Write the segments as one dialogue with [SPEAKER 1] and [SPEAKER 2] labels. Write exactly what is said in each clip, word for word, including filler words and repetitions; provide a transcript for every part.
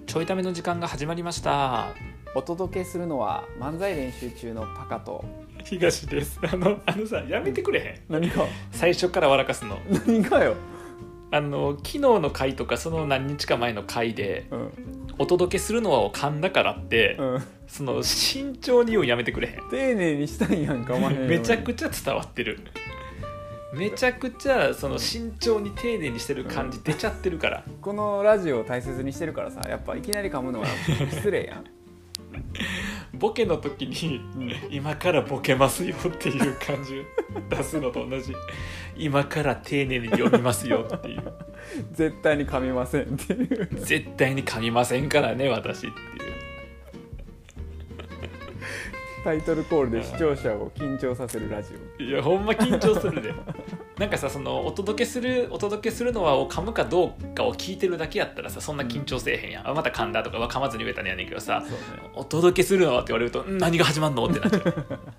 [SPEAKER 1] ちょいための時間が始まりました。
[SPEAKER 2] お届けするのは漫才練習中のパカと
[SPEAKER 1] 東です。あのあのさ、やめてくれへん。
[SPEAKER 2] 何か
[SPEAKER 1] 最初から笑かすの。
[SPEAKER 2] 何かよ。
[SPEAKER 1] あの昨日の回とかその何日か前の回で、うん、お届けするのはを噛んだからって、うん、その慎重に言うやめてくれへん。
[SPEAKER 2] 丁寧にしたんやんか。お前
[SPEAKER 1] めちゃくちゃ伝わってる。めちゃくちゃその慎重に丁寧にしてる感じ出ちゃってるから、
[SPEAKER 2] うん、このラジオを大切にしてるからさ、やっぱいきなり噛むのは失礼やん。
[SPEAKER 1] ボケの時に、うん、今からボケますよっていう感じ出すのと同じ。今から丁寧に読みますよっていう
[SPEAKER 2] 絶対に噛みませんっていう
[SPEAKER 1] 絶対に噛みませんからね私っていう
[SPEAKER 2] タイトルコールで視聴者を緊張させるラジオ。
[SPEAKER 1] いやほんま緊張するで。なんかさ、そのお届けするお届けするのはを噛むかどうかを聞いてるだけやったらさ、そんな緊張せえへんやん、うん、また噛んだとかは噛まずに言えたねやねんけどさ、ね、お届けするのはって言われると、ん何が始まんのってなっちゃう。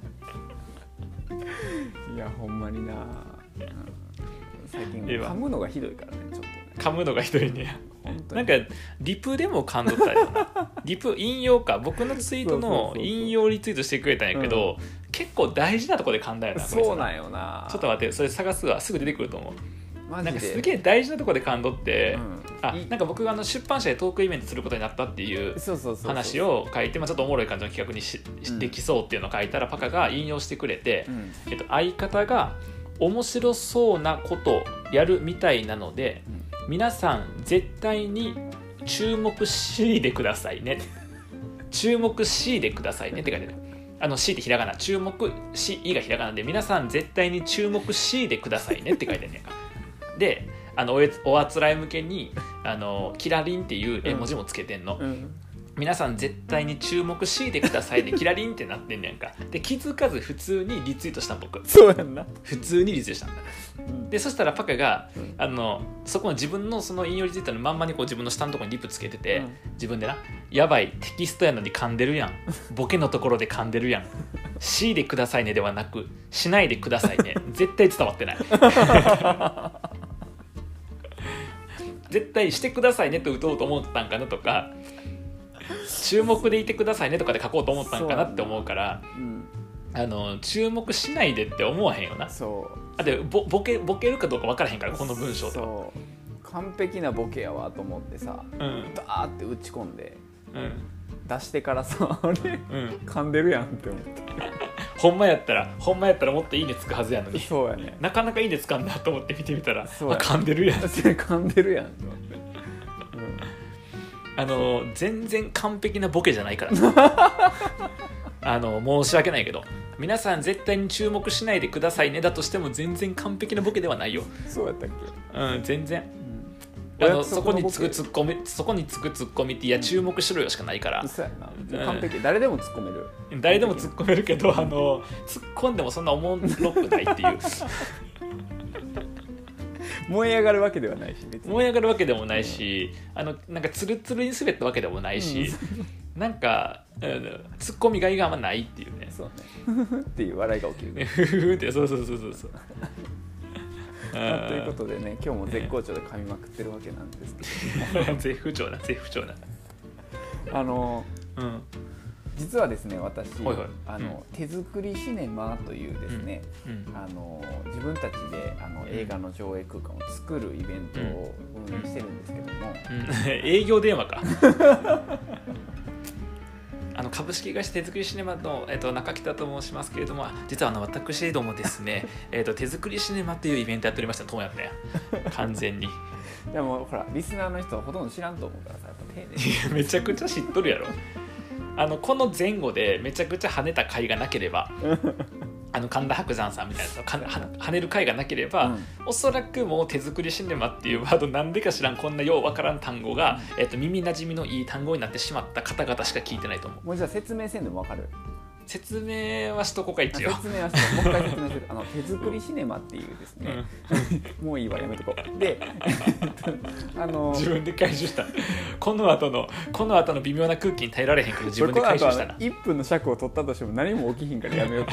[SPEAKER 2] いやほんまにな、うん、最近噛むのがひどいからね、ちょっとね
[SPEAKER 1] 噛むのがひどいね。なんかリプでも噛んどったよな。リプ引用か、僕のツイートの引用リツイートしてくれたんやけど、うん、結構大事なところで噛んだよな。
[SPEAKER 2] そうなんよな。
[SPEAKER 1] ちょっと待って、それ探すわ、すぐ出てくると思う。
[SPEAKER 2] マジで
[SPEAKER 1] なんかすげえ大事なところで噛んどって、うん、あ、
[SPEAKER 2] い
[SPEAKER 1] なんか僕があの出版社でトークイベントすることになったっていう話を書いて、まあ、ちょっとおもろい感じの企画にし、うん、できそうっていうのを書いたらパカが引用してくれて、うん、えっと、相方が面白そうなことやるみたいなので、うん、皆さん絶対に注目しでくださいね。注目しでくださいねって書いてある。あの C ってひらがな、注目しいがひらがなで、皆さん絶対に注目しでくださいねって書いてあるねんか。で、あの お, おあつらい向けにあのキラリンっていう絵文字もつけてんの、うんうん、皆さん絶対に注目しでくださいでキラリンってなってんねんか。で気づかず普通にリツイートした僕。
[SPEAKER 2] そうやんな。
[SPEAKER 1] 普通にリツイートしたんだ。でそしたらパカが、うん、あのそこの自分のその引用リツイートのまんまにこう自分の下のところにリプつけてて、うん、自分でな、やばいテキストやのに噛んでるやん、ボケのところで噛んでるやん、しでくださいねではなくしないでくださいね、絶対伝わってない。絶対してくださいねと打とうと思ったんかなとか、注目でいてくださいねとかで書こうと思ったんかなって思うから、うん、あの注目しないでって思わへんよな。
[SPEAKER 2] そう
[SPEAKER 1] あで ボ, ボ, ケボケるかどうか分からへんから、この文章と
[SPEAKER 2] そう完璧なボケやわと思ってさ、うん、ダーって打ち込んで、うん、出してからさ、あれ、うん、噛んでるやんって思って。
[SPEAKER 1] ほんまやったらほんまやったらもっといいねつくはずやのに、
[SPEAKER 2] そうやね、
[SPEAKER 1] なかなかいいねつかんだと思って見てみたら、
[SPEAKER 2] そうや、
[SPEAKER 1] あ噛んでるやん
[SPEAKER 2] 噛んでるやんと思って、
[SPEAKER 1] うん、あの全然完璧なボケじゃないからあの申し訳ないけど、皆さん絶対に注目しないでくださいねだとしても全然完璧なボケではないよ。
[SPEAKER 2] そうやったっけ。
[SPEAKER 1] うん全然、うん、あのそこにつくツッコミそこにつくツッコミって、いや注目しろよしかないから、
[SPEAKER 2] そうやな、完璧、うん、誰でも突っ込める
[SPEAKER 1] 誰でも突っ込めるけど、あの突っ込んでもそんなおもろくないっていう
[SPEAKER 2] 燃え上がるわけではないし、
[SPEAKER 1] 別に燃え上がるわけでもないし、うん、あのなんかツルツルに滑ったわけでもないし、うん、なんか、うん、ツッコミがいがあんまないっていうね。
[SPEAKER 2] そうねっていう笑いが起きるね。
[SPEAKER 1] ふふってそうそうそうそうそう
[SPEAKER 2] まあ、ということでね、今日も絶好調で噛みまくってるわけなんですけど、ね、
[SPEAKER 1] 絶不調だ絶不調だ。
[SPEAKER 2] あの、うん、実はですね、私、
[SPEAKER 1] はいはい、
[SPEAKER 2] あの、うん、手作りシネマというですね、うんうん、あの自分たちであの映画の上映空間を作るイベントを運営してるんですけども、
[SPEAKER 1] うんうん、営業電話か。あの株式会社手作りシネマの、えー、と中北と申しますけれども、実はあの私どもですね、えーと手作りシネマというイベントやっておりました。ともやったや完全に。
[SPEAKER 2] でもほらリスナーの人はほとんど知らんと思うからさ、やっぱ丁寧に。
[SPEAKER 1] めちゃくちゃ知っとるやろ。あのこの前後でめちゃくちゃ跳ねた回がなければあの神田伯山さんみたいな跳ねる回がなければ、うん、おそらくもう手作りシネマっていうワード、なんでか知らんこんなようわからん単語が、うん、えー、と耳なじみのいい単語になってしまった方々しか聞いてないと思う。
[SPEAKER 2] もうじゃあ説明せんでもわかる？
[SPEAKER 1] 説明はしとこうか一応。
[SPEAKER 2] 説明はしとこう。もう一回説明する。あの手作りシネマっていうですね、うん、もういいわやめとこう。であの
[SPEAKER 1] 自分で回収した。この後のこの後の微妙な空気に耐えられへんけど自分で回収したな。
[SPEAKER 2] いっぷんの尺を取ったとしても何も起きひんからやめようと。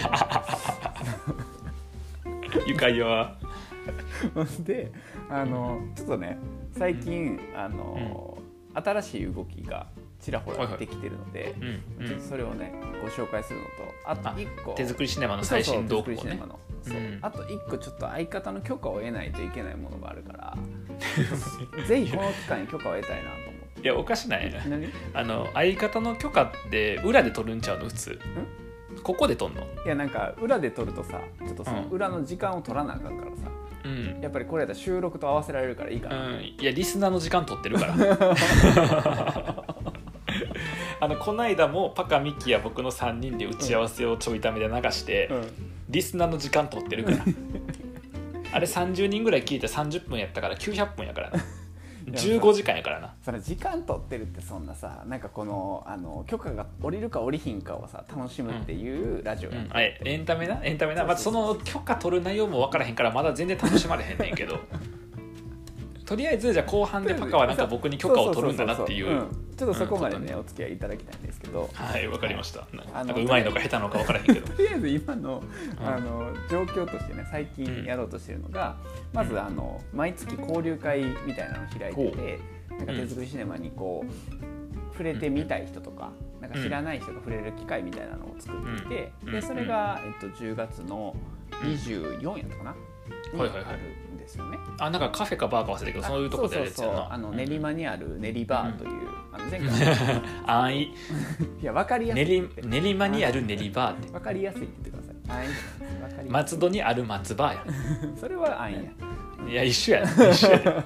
[SPEAKER 1] 愉快は
[SPEAKER 2] であのちょっとね最近、うん、あの、うん、 新しい動きがちらほらできてるので、ちょっとそれをねご紹介するのと、あといっこ
[SPEAKER 1] 手作りシネマの最新動向ね。
[SPEAKER 2] そう、うん、あといっこちょっと相方の許可を得ないといけないものがあるからぜひこの機会に許可を得たいなと思って。
[SPEAKER 1] いやおかしないあの相方の許可って裏で取るんちゃうの普通。ここで取んの？
[SPEAKER 2] いやなんか裏で取るとさ、ちょっとその裏の時間を取らなあかんからさ、うん、やっぱりこれやったら収録と合わせられるからいいかな、
[SPEAKER 1] うん、いやリスナーの時間取ってるからあのこの間もパカミキや僕のさんにんで打ち合わせをちょいためで流して、うん、リスナーの時間取ってるからあれさんじゅうにんぐらい聞いてさんじゅっぷんやったからきゅうひゃっぷんやからなじゅうごじかんやからな。
[SPEAKER 2] それ時間取ってるってそんなさ、なんかこのあの許可が下りるか下りひんかをさ楽しむっていうラジオや、うんうん、
[SPEAKER 1] あれエンタメなエンタメな、まあ、その許可取る内容も分からへんからまだ全然楽しまれへんねんけどとりあえずじゃあ後半でパカはなんか僕に許可を取るんだなっていう
[SPEAKER 2] ちょっとそこまでね、うん、お付き合いいただきたいんですけど、
[SPEAKER 1] はいわかりました。なんかうまいのか下手なのか分からへんけど
[SPEAKER 2] とりあえず今の、あの状況としてね最近やろうとしてるのが、うん、まずあの毎月交流会みたいなのを開いてて、なんか手作りシネマにこう触れてみたい人とか、なんか知らない人が触れる機会みたいなのを作っていて、でそれが、えっと、じゅうがつのにじゅうよっかやったかな、にあるんですよね。
[SPEAKER 1] あ、なんかカフェかバーか忘れたけどそういうとこでやるやつやな。
[SPEAKER 2] そうそうそう、あの練馬にある練バーという、うん、あの前回
[SPEAKER 1] あい
[SPEAKER 2] いや分かりやすい
[SPEAKER 1] 練練馬にある練バーって
[SPEAKER 2] 分かりやすいって言ってください。あい
[SPEAKER 1] 松戸にある松バーや
[SPEAKER 2] それはあいや
[SPEAKER 1] いや一緒や一緒や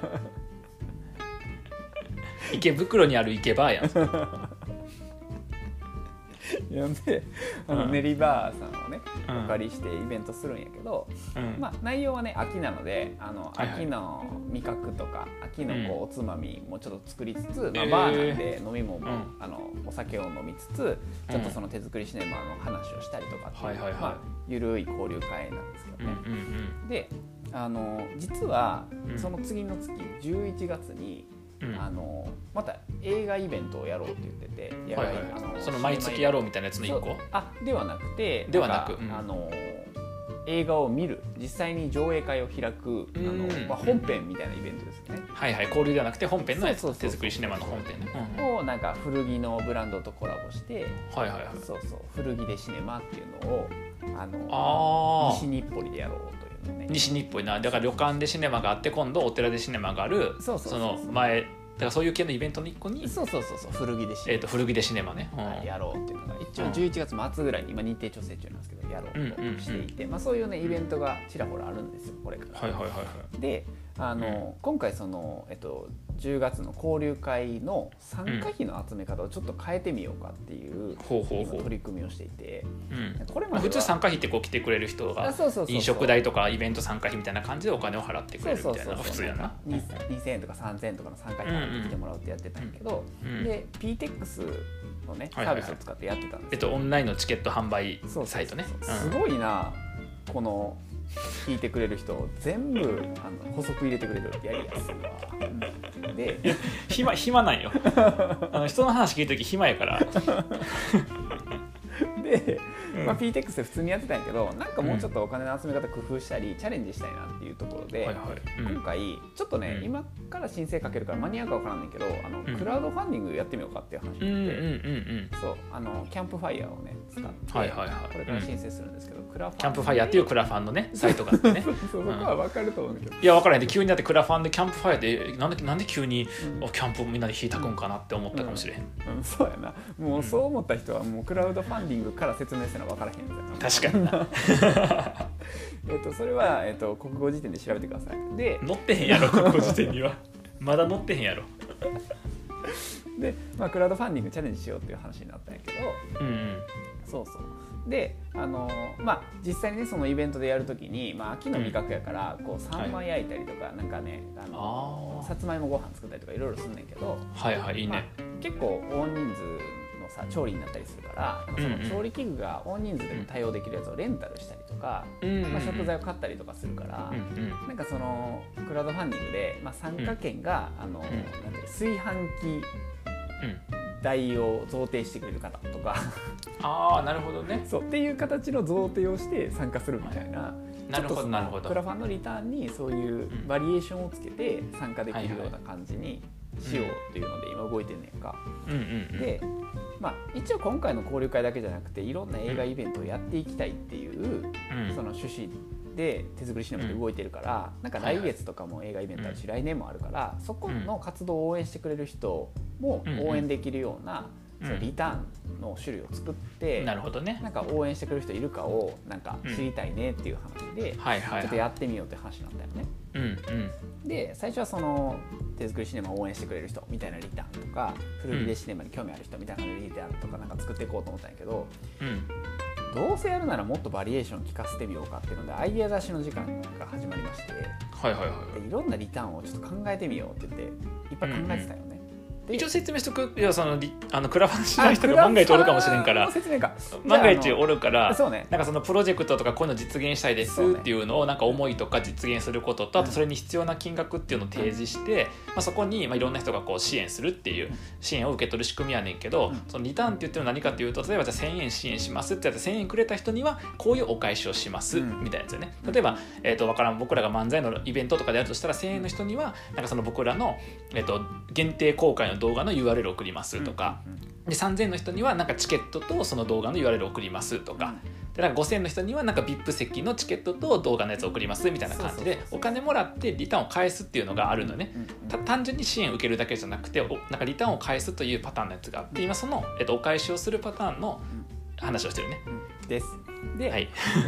[SPEAKER 1] 池袋にある池バーやん
[SPEAKER 2] であの練馬さんをね、うん、お借りしてイベントするんやけど、うん、まあ内容はね秋なので、あの秋の味覚とか秋のこうおつまみもちょっと作りつつ、うん、まあ、バーなんで飲み物も、うん、あのお酒を飲みつつちょっとその手作りシネマの話をしたりとかっていう、まあ、ゆるい交流会なんですけどね、うんうんうん、であの実はその次の月じゅういちがつにうん、あのまた映画イベントをやろうって言ってて、
[SPEAKER 1] はいはい、あのその毎月やろうみたいなやつのいっこ
[SPEAKER 2] あではなくて
[SPEAKER 1] ではなく、
[SPEAKER 2] うん、あの映画を見る実際に上映会を開くあの、まあ、本編みたいなイベントですね。
[SPEAKER 1] はいはい、交流ではなくて本編のやつ、手作りシネマの本編ね、
[SPEAKER 2] うん、をなんか古着のブランドとコラボして、
[SPEAKER 1] はいはいはい、
[SPEAKER 2] そうそう古着でシネマっていうのをあのあ西日暮里でやろうと。ね、
[SPEAKER 1] 西日暮里な、だから旅館でシネマがあって今度お寺でシネマがある、
[SPEAKER 2] そうそうそうそう、
[SPEAKER 1] その前だからそういう系のイベントの一個に
[SPEAKER 2] そうそうそうそう古着でシ
[SPEAKER 1] ネマ、えー、と古着でシネマね、
[SPEAKER 2] うん、やろうっていうのが一応じゅういちがつ末ぐらいに今日程調整中なんですけどやろうとしていて、うんうんうん、まあ、そういうねイベントがちらほらあるんですよこれから。
[SPEAKER 1] はいはいはいはい、で
[SPEAKER 2] あの、うん、今回その、えっと、じゅうがつの交流会の参加費の集め方をちょっと変えてみようかっていう、うん、取り組みをしていて、
[SPEAKER 1] うん、これまで普通参加費ってこう来てくれる人が飲食代とかイベント参加費みたいな感じでお金を払ってくれるみたいなのが普通やな。
[SPEAKER 2] にせんえんとかさんぜんえんとかの参加費払ってきてもらうってやってたんやけど、うんうん、で ピーテックス のねサービスを使ってやってたんですよ、はいはいはい、
[SPEAKER 1] えっとオンラインのチケット販売サイトね。
[SPEAKER 2] すごいなこの聞いてくれる人全部あの補足入れてくれるやりやすいわ。で
[SPEAKER 1] 暇暇なんよあの人の話聞いた時暇やから
[SPEAKER 2] で、まあ、ピーテックス で普通にやってたんやけど、なんかもうちょっとお金の集め方工夫したりチャレンジしたいなっていうところで、はいはい、うん、今回ちょっとね、うん、今から申請かけるから間に合うか分からんねんけど、あの、うん、クラウドファンディングやってみようかっていう話になって、うんうんうんうん、そうあのキャンプファイヤーをね使って、はいはいはい、これから申請するんですけど、うん、クラファン
[SPEAKER 1] キャンプファイヤーっていうクラファンのねサイトがあってね
[SPEAKER 2] そうそう、そこは分かると思うんだけど、
[SPEAKER 1] いや分からへんで、急にだってクラファンでキャンプファイヤーでなんでなんで急に、うん、キャンプみんなで火たくんかなって思ったかもしれへん、
[SPEAKER 2] うんうん、そうやな、もうそう思った人はもうクラウドファンディングから説明するのは分からへんみたいな。
[SPEAKER 1] 確かにな
[SPEAKER 2] えっとそれは、えっと、国語辞典で調べてください。で
[SPEAKER 1] 載ってへんやろ国語辞典にはまだ載ってへんやろ
[SPEAKER 2] で、まあ、クラウドファンディングチャレンジしようっていう話になったんやけど、うんうん、そうそうであのまあ実際にねそのイベントでやるときに、まあ、秋の味覚やからこうサンマ焼いたりとか、はい、なんかねあのさつまいもご飯作ったりとかいろいろすんねんけど、
[SPEAKER 1] はいはいいいね、
[SPEAKER 2] まあ、結構大人数のさ調理になったりするから、その調理器具が大人数でも対応できるやつをレンタルしたりとか、うんまあ、食材を買ったりとかするから、うんうん、なんかそのクラウドファンディングで、まあ、参加券が、うん、あの、うん、なんて炊飯器代を贈呈してくれる方とか
[SPEAKER 1] ああなるほどね、
[SPEAKER 2] そうっていう形の贈呈をして参加するみたいな、はい、
[SPEAKER 1] なるほどなるほど、
[SPEAKER 2] クラファンのリターンにそういうバリエーションをつけて参加できるような感じにしようっていうので今動いてんねんか、
[SPEAKER 1] うんうんうん、
[SPEAKER 2] で、まあ、一応今回の交流会だけじゃなくていろんな映画イベントをやっていきたいっていう、うん、その趣旨で手作りシネマで動いてるから、うん、なんか来月とかも映画イベントあるし、はいはい、来年もあるからそこの活動を応援してくれる人も応援できるような、うん、そのリターンの種類を作って、うん、
[SPEAKER 1] なるほどね、
[SPEAKER 2] なんか応援してくれる人いるかをなんか知りたいねっていう話で、うんはいはいはい、ちょっとやってみようって話になったよね。
[SPEAKER 1] うんうん、
[SPEAKER 2] で最初はその手作りシネマを応援してくれる人みたいなリターンとか古着でシネマに興味ある人みたいなリターンとかなんか作っていこうと思ったんやけど、うん、どうせやるならもっとバリエーション聞かせてみようかっていうのでアイデア出しの時間が始まりまして、
[SPEAKER 1] はいはいはい、
[SPEAKER 2] でいろんなリターンをちょっと考えてみようって言っていっぱい考えてたよね。うんうん、
[SPEAKER 1] 一応説明しとく。いやそのあのクラファンしない人が万が一おるかもしれんから万が一おるからそう、ね、なんかそのプロジェクトとかこういうの実現したいですっていうのをなんか思いとか実現することと、あとそれに必要な金額っていうのを提示して、まあ、そこにまあいろんな人がこう支援するっていう支援を受け取る仕組みやねんけど、そのリターンって言ってるのは何かっていうと、例えばじゃあせんえん支援しますってやってせんえんくれた人にはこういうお返しをしますみたいなやつよね。例えば、えー、とわからん僕らが漫才のイベントとかでやるとしたらせんえんの人にはなんかその僕らの、えー、と限定公開の動画の ユーアールエル を送りますとか、でさんぜんえんの人にはなんかチケットとその動画の ユーアールエル を送りますとか、でなんかごせんえんの人にはなんか ブイアイピー 席のチケットと動画のやつを送りますみたいな感じでお金もらってリターンを返すっていうのがあるのね。単純に支援を受けるだけじゃなくておなんかリターンを返すというパターンのやつがあって、今その、えっと、お返しをするパターンの話をしてるね。
[SPEAKER 2] です。で、
[SPEAKER 1] はい、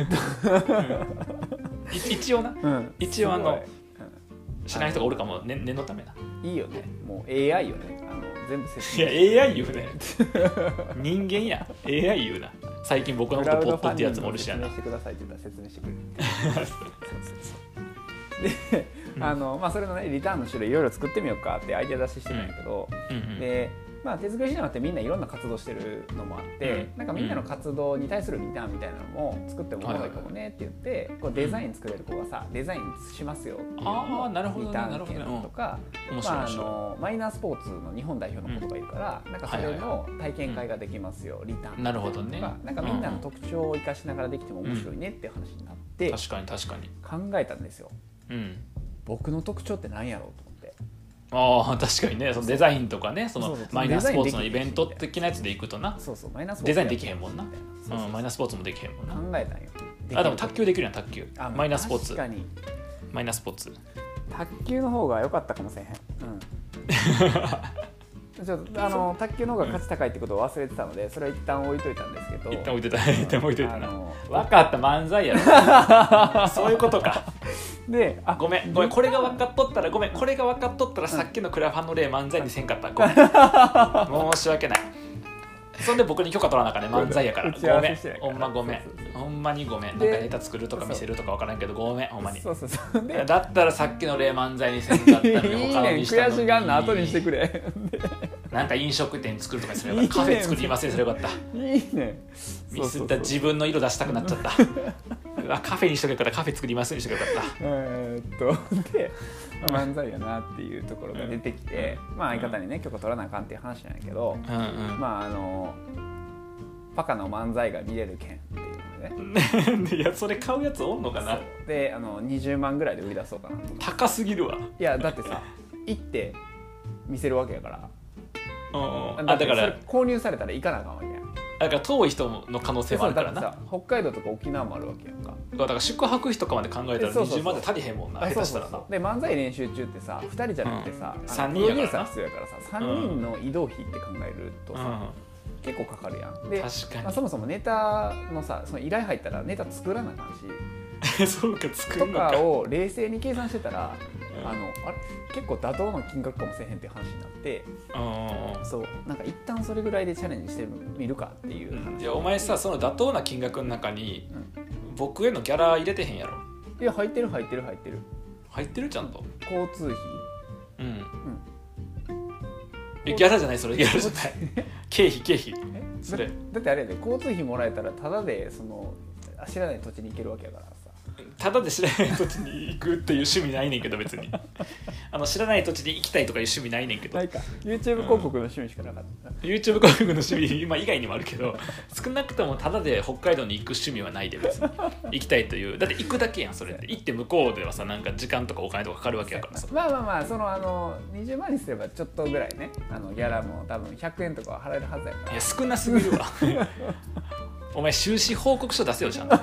[SPEAKER 1] 一応な、うん、一応あの知らない人がおるかも、ね、念のためな。
[SPEAKER 2] いいよね。もう エーアイ よね。あの全部説
[SPEAKER 1] 明。いや エーアイ 言うね。人間や。エーアイ 言うな。最近僕のことポットってやつもおるしやな。
[SPEAKER 2] 説明してくださいって言ったら説明してくれる。そうそうそう。で、あのまあそれのねリターンの種類いろいろ作ってみようかってアイデア出ししてるんだけど、うんうんうん、で。まあ、手作りシネマってみんないろんな活動してるのもあって、うん、なんかみんなの活動に対するリターンみたいなのも作っても面白いかもねって言って、こうデザイン作れる子がさデザインしますよっていうのをリターン券とか、まあ、あのマイナースポーツの日本代表の子とかいるから、うん、なんかそれの体験会ができますよ、うん、リターン
[SPEAKER 1] なるほどね、
[SPEAKER 2] なんかみんなの特徴を生かしながらできても面白いねっていう話になって、
[SPEAKER 1] うん、確かに確かに
[SPEAKER 2] 考えたんですよ、うん、僕の特徴って何やろうと思って。
[SPEAKER 1] ああ確かにね、そのデザインとかね、そのマイナースポーツのイベント的なやつでいくとな、
[SPEAKER 2] そうそうマイナースポーツ
[SPEAKER 1] デザインできへんもんな、そうそううん、マイナースポーツもできへんもんな。
[SPEAKER 2] 考えたんよ。
[SPEAKER 1] あでも卓球できるやん、卓球。マイナースポーツ。
[SPEAKER 2] 確かに。
[SPEAKER 1] マイナースポーツ。
[SPEAKER 2] 卓球の方が良かったかもしれへん。うん。ちょっとあの卓球の方が価値高いってことを忘れてたので、それは一旦置いといたんですけど。
[SPEAKER 1] 一旦置いといた。一旦置いといたな。分かった漫才やろ。そういうことか。であごめんごめんこれが分かっとったらごめんこれが分かっとったらさっきのクラファンの例漫才にせんかったごめん申し訳ない。そんで僕に許可取らなあかんね漫才やからごめんほんまごめんほんまにごめんなんかネタ作るとか見せるとか分からんけどごめんほんまにそうそうそうでだったらさっきの例漫才にせんかったのに他のにしたのにいいねん
[SPEAKER 2] 悔しがんの後にしてくれ
[SPEAKER 1] なんか飲食店作るとかにすればよかったカフェ作りませんすればよかった
[SPEAKER 2] いいね
[SPEAKER 1] ミスった自分の色出したくなっちゃったあカフェにしとけばよかったカフェ作りますにしとけばよかった
[SPEAKER 2] えーっとで、まあ、漫才やなっていうところが出てきて、うん、まあ相方にね許可取らなあかんっていう話なんやけど、うんうん、まああのパカの漫才が見れる券っていうのでね
[SPEAKER 1] いやそれ買うやつおんのかな
[SPEAKER 2] であのにじゅうまんぐらいで売り出そうかなと
[SPEAKER 1] 高すぎるわ
[SPEAKER 2] いやだってさ行って見せるわけやから
[SPEAKER 1] うんうん、
[SPEAKER 2] だってそれ購入されたら行かなあかんわけやん
[SPEAKER 1] だから遠い人の可能性もあるからな
[SPEAKER 2] さ北海道とか沖縄もあるわけやんか
[SPEAKER 1] だから宿泊費とかまで考えたらにじゅうまんで足りへんもんな下手したらな
[SPEAKER 2] で漫才練習中ってさふたりじゃなくてさ、うん、
[SPEAKER 1] さんにんやからな
[SPEAKER 2] プロデューサー必要やからささんにんの移動費って考えるとさ、うん、結構かかるやんで
[SPEAKER 1] 確かに、
[SPEAKER 2] まあ、そもそもネタのさその依頼入ったらネタ作らなあかんし
[SPEAKER 1] そうか作るのか
[SPEAKER 2] とかを冷静に計算してたらあのあれ結構妥当な金額かもしれへんっていう話になってそうなんか一旦それぐらいでチャレンジしてみるかっていう話、
[SPEAKER 1] うん、いやお前さその妥当な金額の中に、うん、僕へのギャラ入れてへんやろ
[SPEAKER 2] いや入ってる入ってる入ってる
[SPEAKER 1] 入ってるちゃんと
[SPEAKER 2] 交通費
[SPEAKER 1] うん、うん、えギャラじゃないそれギャラじゃない経費経費それ
[SPEAKER 2] だってあれやで交通費もらえたらタダでその知らない土地に行けるわけやからさ
[SPEAKER 1] ただで知らない土地に行くっていう趣味ないねんけど別にあの知らない土地に行きたいとかいう趣味ないねんけど
[SPEAKER 2] ないか YouTube 広告の趣味しかなかった、
[SPEAKER 1] うん、YouTube 広告の趣味今以外にもあるけど少なくともただで北海道に行く趣味はないで別に行きたいというだって行くだけやんそれって行って向こうではさなんか時間とかお金とかかかるわけやからさ
[SPEAKER 2] まあまあまあそのあのにじゅうまんにすればちょっとぐらいねあのギャラも多分ひゃくえんとかは払えるはずやから
[SPEAKER 1] いや少なすぎるわお前収支報告書出せよちゃんと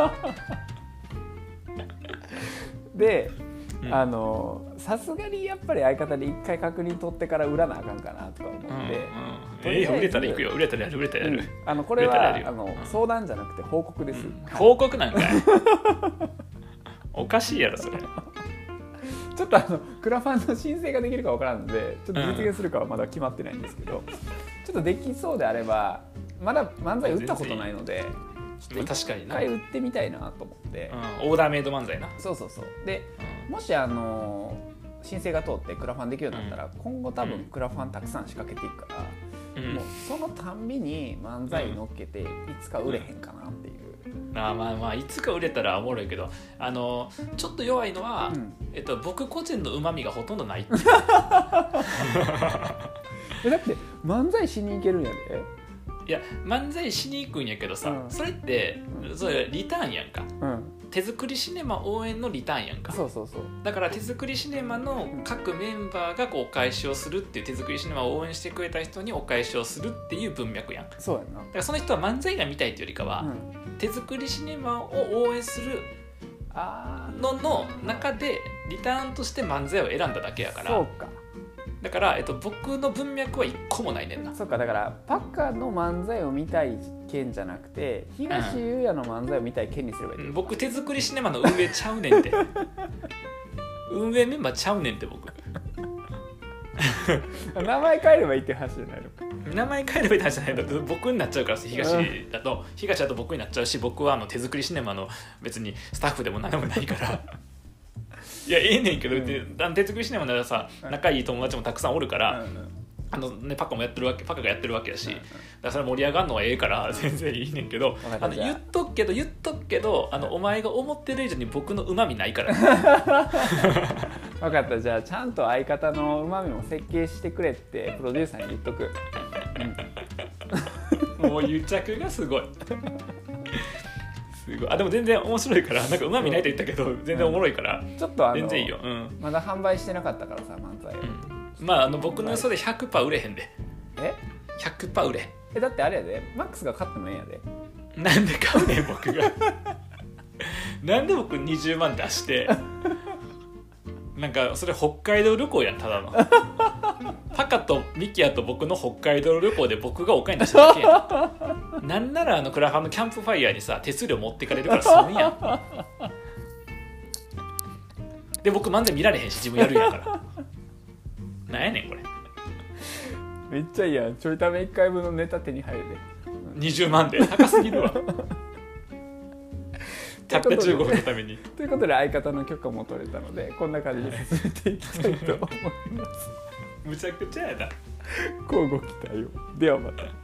[SPEAKER 2] で、うん、あのさすがにやっぱり相方で一回確認取ってから売らなあかんかなとか思って、うんうん、え
[SPEAKER 1] ー、売れたら行くよ売れたらやる売れたらやる、うん、
[SPEAKER 2] あのこれはあの、うん、相談じゃなくて報告です、うん、
[SPEAKER 1] 報告なんかいおかしいやろそれ
[SPEAKER 2] ちょっとあのクラファンの申請ができるかわからんのでちょっと実現するかはまだ決まってないんですけど、うん、ちょっとできそうであればまだ漫才打ったことないのでちょっと一回売ってみたいなと思って、
[SPEAKER 1] うん、オーダーメイド漫才な
[SPEAKER 2] そうそうそうで、うん、もしあの申請が通ってクラファンできるようになったら、うん、今後多分クラファンたくさん仕掛けていくから、うん、もうそのたんびに漫才乗っけていつか売れへんかなっていう、
[SPEAKER 1] うん、あまあまあいつか売れたらおもろいけどあのちょっと弱いのは、うんえっと、僕個人のうまみがほとんどないっていうだ
[SPEAKER 2] って漫才しに行けるんやで
[SPEAKER 1] いや漫才しに行くんやけどさ、うん、それって、うん、それリターンやんか、うん、手作りシネマ応援のリターンやんか
[SPEAKER 2] そうそうそう
[SPEAKER 1] だから手作りシネマの各メンバーがこうお返しをするっていう手作りシネマを応援してくれた人にお返しをするっていう文脈やん
[SPEAKER 2] そうやな
[SPEAKER 1] だからその人は漫才が見たいっていうよりかは、うん、手作りシネマを応援するのの中でリターンとして漫才を選んだだけやから
[SPEAKER 2] そうか
[SPEAKER 1] だから、えっと、僕の文脈は一個もないねんな
[SPEAKER 2] そうかだからパカの漫才を見たい件じゃなくて東優也の漫才を見たい件にすればいい、
[SPEAKER 1] うん、僕手作りシネマの運営ちゃうねんって運営メンバーちゃうねんって僕
[SPEAKER 2] 名前変えればいいって話じゃないの
[SPEAKER 1] 名前変えればいいって話じゃないの僕になっちゃうから東だと、うん、東だと僕になっちゃうし僕はあの手作りシネマの別にスタッフでも何でもないからいやええねんけど、うん、手作りシネマならさ仲いい友達もたくさんおるから、うんうんあのね、パカもやってるわけパカがやってるわけやし、うんうん、だからそれ盛り上がるのはええから全然いいねんけど、うん、あの言っとくけど言っとくけどあのお前が思ってる以上に僕のうまみないから、ね、
[SPEAKER 2] 分かったじゃあちゃんと相方のうまみも設計してくれってプロデューサーに言っとく、
[SPEAKER 1] うん、もう癒着がすごいすごいあでも全然面白いからなんかうまみないと言ったけど全然おもろいから、うん、
[SPEAKER 2] ちょっとあの
[SPEAKER 1] 全然いいよ、うん、
[SPEAKER 2] まだ販売してなかったからさ漫才を、うん、
[SPEAKER 1] まああの僕の予想で ひゃくパーセント 売れへんで
[SPEAKER 2] え
[SPEAKER 1] ひゃくパーセント 売れ
[SPEAKER 2] えだってあれやでマックスが買ってもええんやで
[SPEAKER 1] なんで買うねん僕がなんで僕にじゅうまん出してなんかそれ北海道旅行やんただのパカとミキヤと僕の北海道旅行で僕がお金出しただけやんなんならあのクラファンのキャンプファイヤーにさ手数料持ってかれるから損やんで僕漫才見られへんし自分やるんやからなんやねんこれ
[SPEAKER 2] めっちゃいいやんちょいためいっかいぶんのネタ手に入るで
[SPEAKER 1] にじゅうまんで高すぎるわたったじゅうごふんのために
[SPEAKER 2] ということで相方の許可も取れたのでこんな感じで進めていきたいと思います
[SPEAKER 1] むちゃくちゃやだ
[SPEAKER 2] 交互期待をではまた。